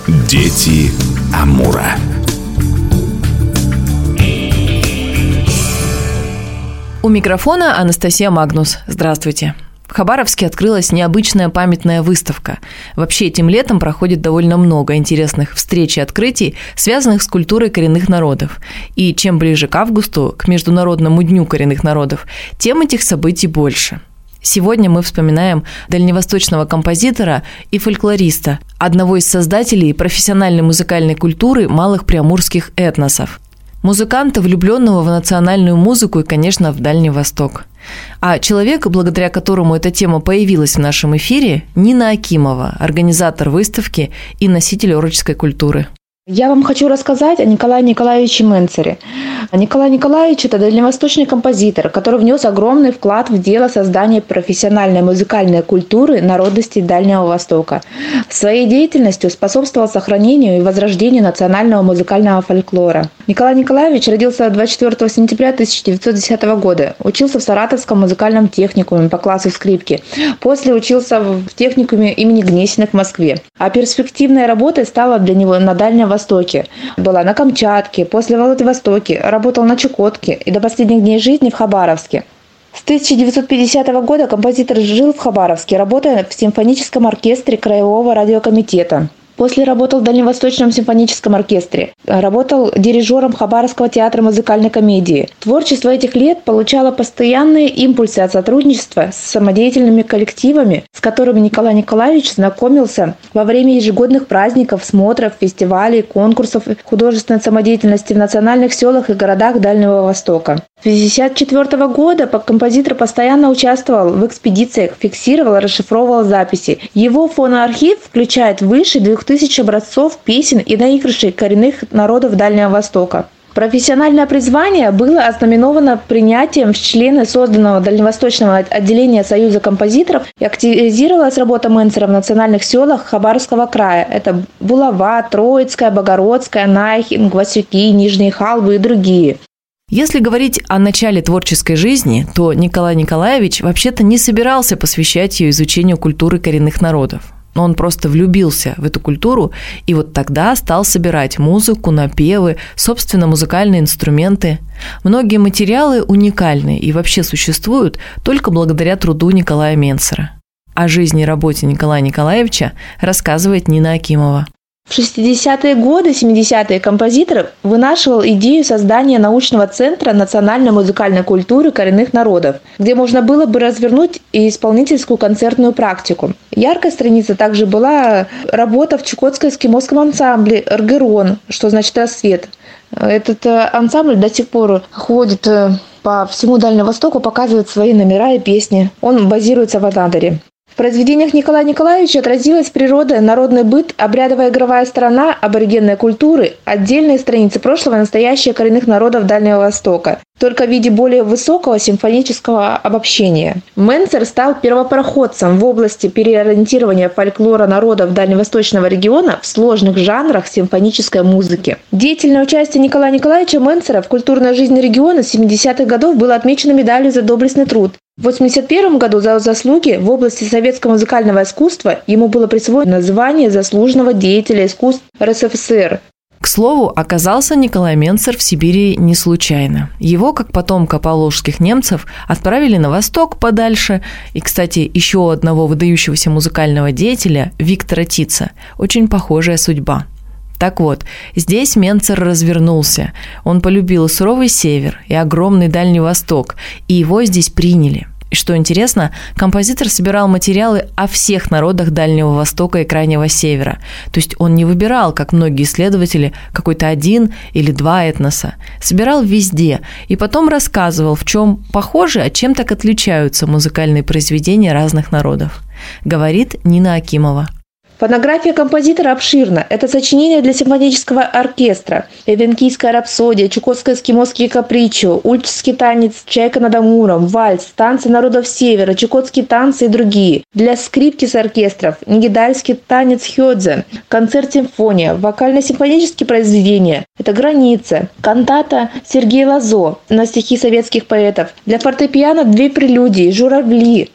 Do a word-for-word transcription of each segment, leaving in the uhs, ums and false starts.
Дети Амура. У микрофона Анастасия Магнус. Здравствуйте. В Хабаровске открылась необычная памятная выставка. Вообще, этим летом проходит довольно много интересных встреч и открытий, связанных с культурой коренных народов. И чем ближе к августу, к Международному дню коренных народов, тем этих событий больше. Сегодня мы вспоминаем дальневосточного композитора и фольклориста, одного из создателей профессиональной музыкальной культуры малых приамурских этносов. Музыканта, влюбленного в национальную музыку и, конечно, в Дальний Восток. А человек, благодаря которому эта тема появилась в нашем эфире, Нина Акимова, организатор выставки и носитель орочской культуры. Я вам хочу рассказать о Николае Николаевиче Менцере. Николай Николаевич – это дальневосточный композитор, который внес огромный вклад в дело создания профессиональной музыкальной культуры народностей Дальнего Востока. Своей деятельностью способствовал сохранению и возрождению национального музыкального фольклора. Николай Николаевич родился двадцать четвёртого сентября тысяча девятьсот десятого года. Учился в Саратовском музыкальном техникуме по классу скрипки. После учился в техникуме имени Гнесиных в Москве. А перспективной работой стала для него на Дальнем Востоке. Была на Камчатке, после в Владивостоке, работал на Чукотке и до последних дней жизни в Хабаровске. С тысяча девятьсот пятидесятого года композитор жил в Хабаровске, работая в симфоническом оркестре Краевого радиокомитета. После работал в Дальневосточном симфоническом оркестре. Работал дирижером Хабаровского театра музыкальной комедии. Творчество этих лет получало постоянные импульсы от сотрудничества с самодеятельными коллективами, с которыми Николай Николаевич знакомился во время ежегодных праздников, смотров, фестивалей, конкурсов художественной самодеятельности в национальных селах и городах Дальнего Востока. С тысяча девятьсот пятьдесят четвёртого года композитор постоянно участвовал в экспедициях, фиксировал и расшифровывал записи. Его фоноархив включает выше двух тысяч образцов песен и наигрышей коренных народов Дальнего Востока. Профессиональное призвание было ознаменовано принятием в члены созданного Дальневосточного отделения Союза композиторов и активизировалась работа Менцера в национальных селах Хабаровского края. Это Булава, Троицкая, Богородская, Найхин, Гвасюки, Нижние Халвы и другие. Если говорить о начале творческой жизни, то Николай Николаевич вообще-то не собирался посвящать ее изучению культуры коренных народов. Но он просто влюбился в эту культуру и вот тогда стал собирать музыку, напевы, собственно, музыкальные инструменты. Многие материалы уникальны и вообще существуют только благодаря труду Николая Менцера. О жизни и работе Николая Николаевича рассказывает Нина Акимова. В шестидесятые годы, семидесятые композитор вынашивал идею создания научного центра национальной музыкальной культуры коренных народов, где можно было бы развернуть и исполнительскую концертную практику. Яркой страницей также была работа в Чукотско-эскимосском ансамбле «Эргерон», что значит «рассвет». Этот ансамбль до сих пор ходит по всему Дальнему Востоку, показывает свои номера и песни. Он базируется в Анадыре. В произведениях Николая Николаевича отразилась природа, народный быт, обрядовая игровая сторона аборигенной культуры, отдельные страницы прошлого и настоящее коренных народов Дальнего Востока, только в виде более высокого симфонического обобщения. Менцер стал первопроходцем в области переориентирования фольклора народов дальневосточного региона в сложных жанрах симфонической музыки. Деятельное участие Николая Николаевича Менцера в культурной жизни региона семидесятых годов было отмечено медалью за доблестный труд. В восемьдесят первом году за заслуги в области советского музыкального искусства ему было присвоено звание заслуженного деятеля искусств эр эс эф эс эр. К слову, оказался Николай Менцер в Сибири не случайно. Его, как потомка поволжских немцев, отправили на восток подальше. И, кстати, еще одного выдающегося музыкального деятеля, Виктора Титца, очень похожая судьба. Так вот, здесь Менцер развернулся. Он полюбил суровый север и огромный Дальний Восток, и его здесь приняли. И что интересно, композитор собирал материалы о всех народах Дальнего Востока и Крайнего Севера. То есть он не выбирал, как многие исследователи, какой-то один или два этноса. Собирал везде и потом рассказывал, в чем похожи, а чем так отличаются музыкальные произведения разных народов. Говорит Нина Акимова. Фонография композитора обширна. Это сочинения для симфонического оркестра, эвенкийская рапсодия, чукотско-эскимосский капричо, ульчский танец «Чайка над Амуром», вальс, танцы народов Севера, чукотские танцы и другие. Для скрипки с оркестров, нигидальский танец хёдзе, концерт-симфония, вокально-симфонические произведения. Это «Граница», кантата Сергея Лазо на стихи советских поэтов. Для фортепиано две прелюдии, журавли,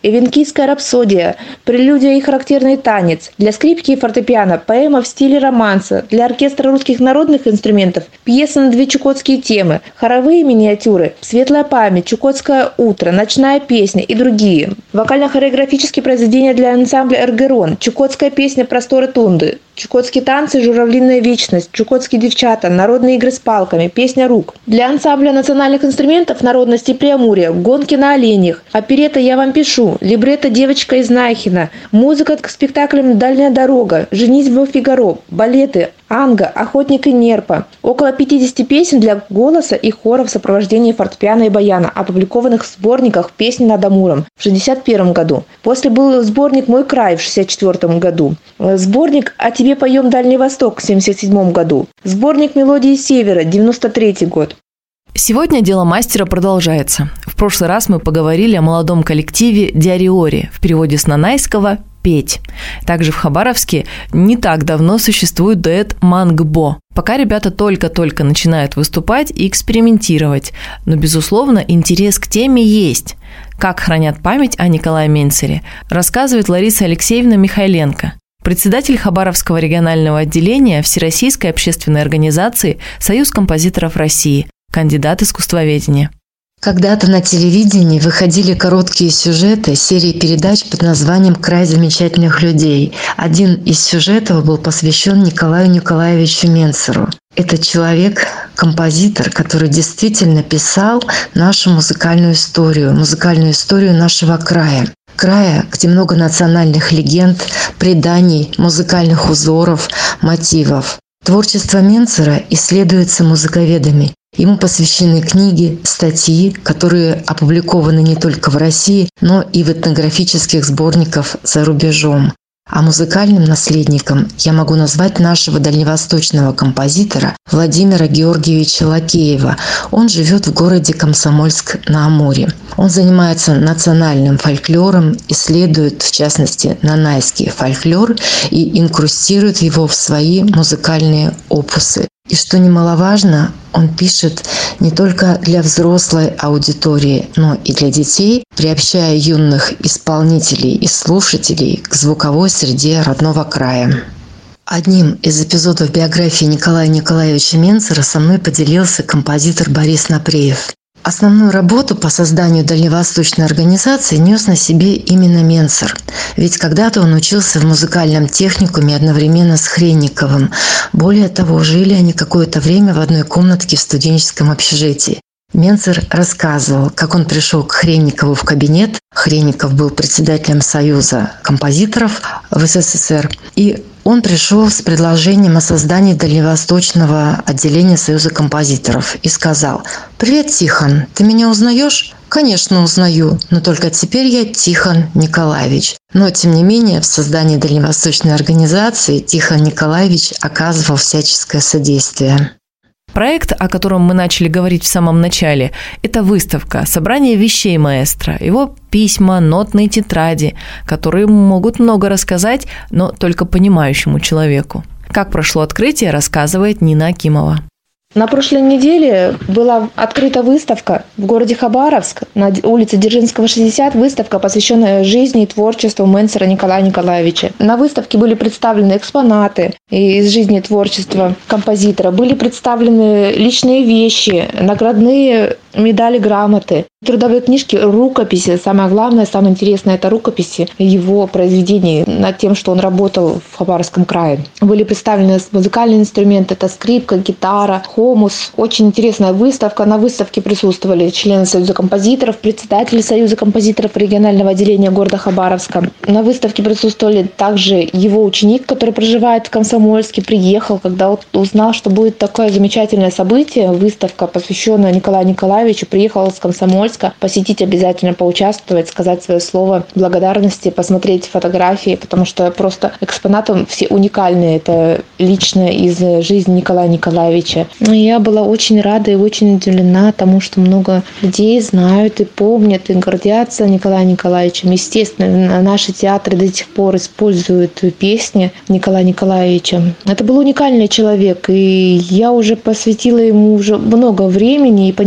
Эвенкийская рапсодия, прелюдия и характерный танец, для скрипки и фортепиано, поэма в стиле романса, для оркестра русских народных инструментов, пьеса на две чукотские темы, хоровые миниатюры, светлая память, чукотское утро, ночная песня и другие. Вокально-хореографические произведения для ансамбля «Эргерон», чукотская песня «Просторы Тунды», чукотские танцы «Журавлиная вечность», чукотские девчата, народные игры с палками, песня рук. Для ансамбля национальных инструментов народности Преамурья, гонки на оленях, оперетта «Я вам пишу», либретто «Девочка из Нахина», музыка к спектаклям «Дальняя дорога», «Женитьба Фигаро», балеты «Анга», «Охотник и Нерпа». Около пятидесяти песен для голоса и хора в сопровождении фортепиано и баяна, опубликованных в сборниках «Песни над Амуром» в шестьдесят первом году. После был сборник «Мой край» в шестьдесят четвёртом году. Сборник «О тебе поем Дальний Восток» в семьдесят седьмом году. Сборник «Мелодии Севера» девяносто третий год. Сегодня дело мастера продолжается. В прошлый раз мы поговорили о молодом коллективе «Диариори», в переводе с нанайского «петь». Также в Хабаровске не так давно существует дуэт «Мангбо». Пока ребята только-только начинают выступать и экспериментировать, но, безусловно, интерес к теме есть. Как хранят память о Николае Менцере, рассказывает Лариса Алексеевна Михайленко, председатель Хабаровского регионального отделения Всероссийской общественной организации «Союз композиторов России», кандидат искусствоведения. Когда-то на телевидении выходили короткие сюжеты серии передач под названием «Край замечательных людей». Один из сюжетов был посвящен Николаю Николаевичу Менцеру. Это человек, композитор, который действительно писал нашу музыкальную историю, музыкальную историю нашего края. Края, где много национальных легенд, преданий, музыкальных узоров, мотивов. Творчество Менцера исследуется музыковедами. Ему посвящены книги, статьи, которые опубликованы не только в России, но и в этнографических сборниках за рубежом. А музыкальным наследником я могу назвать нашего дальневосточного композитора Владимира Георгиевича Лакеева. Он живет в городе Комсомольск-на-Амуре. Он занимается национальным фольклором, исследует, в частности, нанайский фольклор и инкрустирует его в свои музыкальные опусы. И что немаловажно, он пишет не только для взрослой аудитории, но и для детей, приобщая юных исполнителей и слушателей к звуковой среде родного края. Одним из эпизодов биографии Николая Николаевича Менцера со мной поделился композитор Борис Напреев. Основную работу по созданию дальневосточной организации нес на себе именно Менцер. Ведь когда-то он учился в музыкальном техникуме одновременно с Хренниковым. Более того, жили они какое-то время в одной комнатке в студенческом общежитии. Менцер рассказывал, как он пришел к Хренникову в кабинет. Хренников был председателем Союза композиторов в СССР. И он пришел с предложением о создании дальневосточного отделения Союза композиторов и сказал: «Привет, Тихон, ты меня узнаешь?» «Конечно, узнаю, но только теперь я Тихон Николаевич». Но, тем не менее, в создании дальневосточной организации Тихон Николаевич оказывал всяческое содействие. Проект, о котором мы начали говорить в самом начале, это выставка, собрание вещей маэстро, его письма, нотные тетради, которые могут много рассказать, но только понимающему человеку. Как прошло открытие, рассказывает Нина Акимова. На прошлой неделе была открыта выставка в городе Хабаровск на улице Дзержинского, шестьдесят, выставка, посвященная жизни и творчеству Менцера Николая Николаевича. На выставке были представлены экспонаты из жизни и творчества композитора, были представлены личные вещи, наградные медали, грамоты, трудовые книжки, рукописи. Самое главное, самое интересное – это рукописи его произведений над тем, что он работал в Хабаровском крае. Были представлены музыкальные инструменты – это скрипка, гитара, хомус. Очень интересная выставка. На выставке присутствовали члены Союза композиторов, председатели Союза композиторов регионального отделения города Хабаровска. На выставке присутствовали также его ученик, который проживает в Комсомольске, приехал, когда вот узнал, что будет такое замечательное событие, выставка, посвященная Николаю Николаевичу, приехал с Комсомольска, посетить обязательно, поучаствовать, сказать свое слово благодарности, посмотреть фотографии, потому что просто экспонаты все уникальные. Это лично из жизни Николая Николаевича. Я была очень рада и очень удивлена тому, что много людей знают и помнят, и гордятся Николаем Николаевичем. Естественно, наши театры до сих пор используют песни Николая Николаевича. Это был уникальный человек, и я уже посвятила ему уже много времени и понимаю, что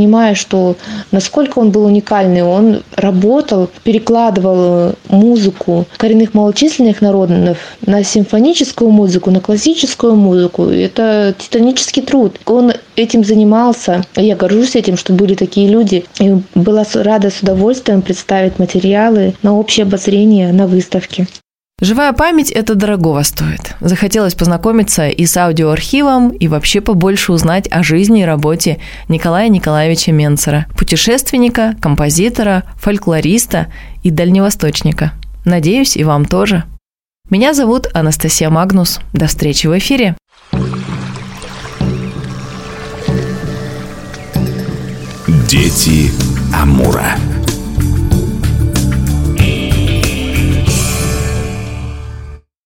что насколько он был уникальный. Он работал, перекладывал музыку коренных малочисленных народов на симфоническую музыку, на классическую музыку. Это титанический труд. Он этим занимался. Я горжусь этим, что были такие люди. И была рада с удовольствием представить материалы на общее обозрение на выставке. Живая память – это дорогого стоит. Захотелось познакомиться и с аудиоархивом, и вообще побольше узнать о жизни и работе Николая Николаевича Менцера, путешественника, композитора, фольклориста и дальневосточника. Надеюсь, и вам тоже. Меня зовут Анастасия Магнус. До встречи в эфире. Дети Амура.